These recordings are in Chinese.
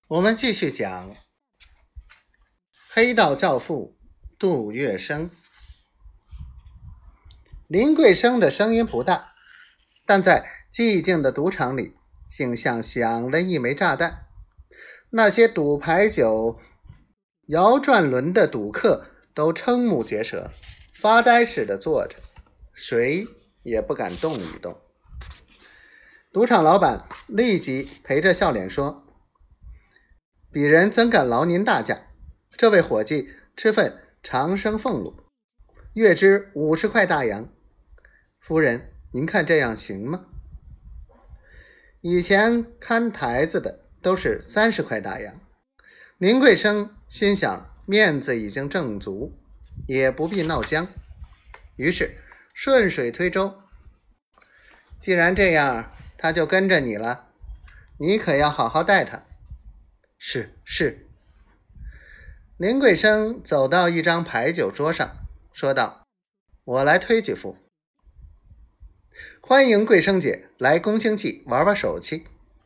我们继续讲黑道教父杜月笙。林桂生的声音不大，但在寂静的赌场里竟像响了一枚炸弹。那些赌牌九、摇转轮的赌客都瞠目结舌，发呆似的坐着，谁也不敢动一动。赌场老板立即陪着笑脸说：鄙人怎敢劳您大驾，这位伙计吃份长生俸禄，月支50块大洋。夫人，您看这样行吗？以前看台子的都是30块大洋。林桂生心想面子已经挣足，也不必闹僵，于是顺水推舟，既然这样，他就跟着你了，你可要好好待他。是。林桂生走到一张牌九桌上，说道：我来推几副。欢迎桂生姐来宫星记玩玩手气。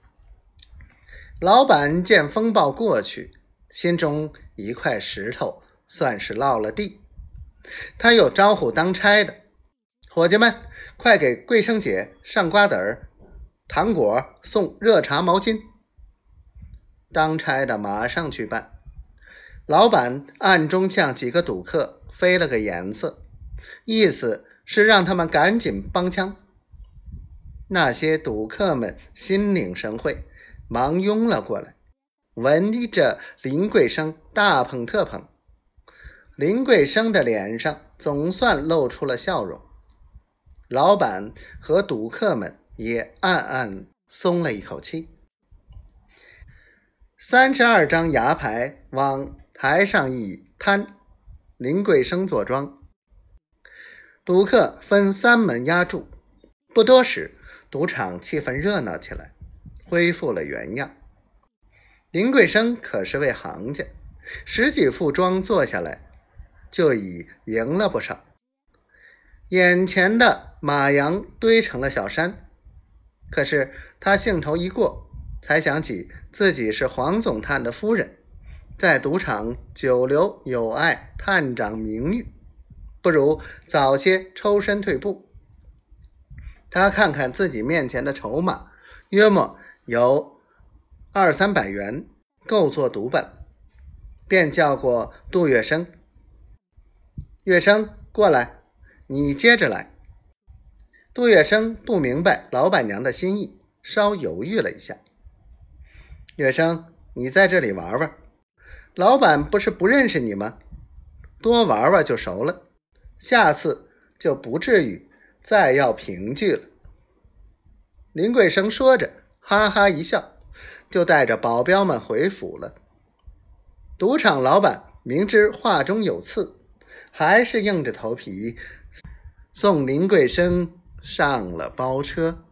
老板见风暴过去，心中一块石头算是落了地。他又招呼当差的：伙计们，快给桂生姐上瓜子儿、糖果，送热茶毛巾。当差的马上去办。老板暗中向几个赌客飞了个眼色，意思是让他们赶紧帮腔。那些赌客们心领神会，忙拥了过来，围着林桂生大捧特捧。林桂生的脸上总算露出了笑容，老板和赌客们也暗暗松了一口气。32张牙牌往台上一摊，林桂生坐庄。赌客分3门押注，不多时，赌场气氛热闹起来，恢复了原样。林桂生可是位行家，10几副庄做下来，就已赢了不少。眼前的马洋堆成了小山，可是他兴头一过，才想起自己是黄总探的夫人，在赌场久留有碍探长名誉，不如早些抽身退步。他看看自己面前的筹码，约莫有200-300元，够做赌本，便叫过杜月笙：月笙，过来，你接着来。杜月笙不明白老板娘的心意，稍犹豫了一下。月笙，你在这里玩玩，老板不是不认识你吗？多玩玩就熟了，下次就不至于再要凭据了。林桂生说着，哈哈一笑，就带着保镖们回府了。赌场老板明知话中有刺，还是硬着头皮送林桂生上了包车。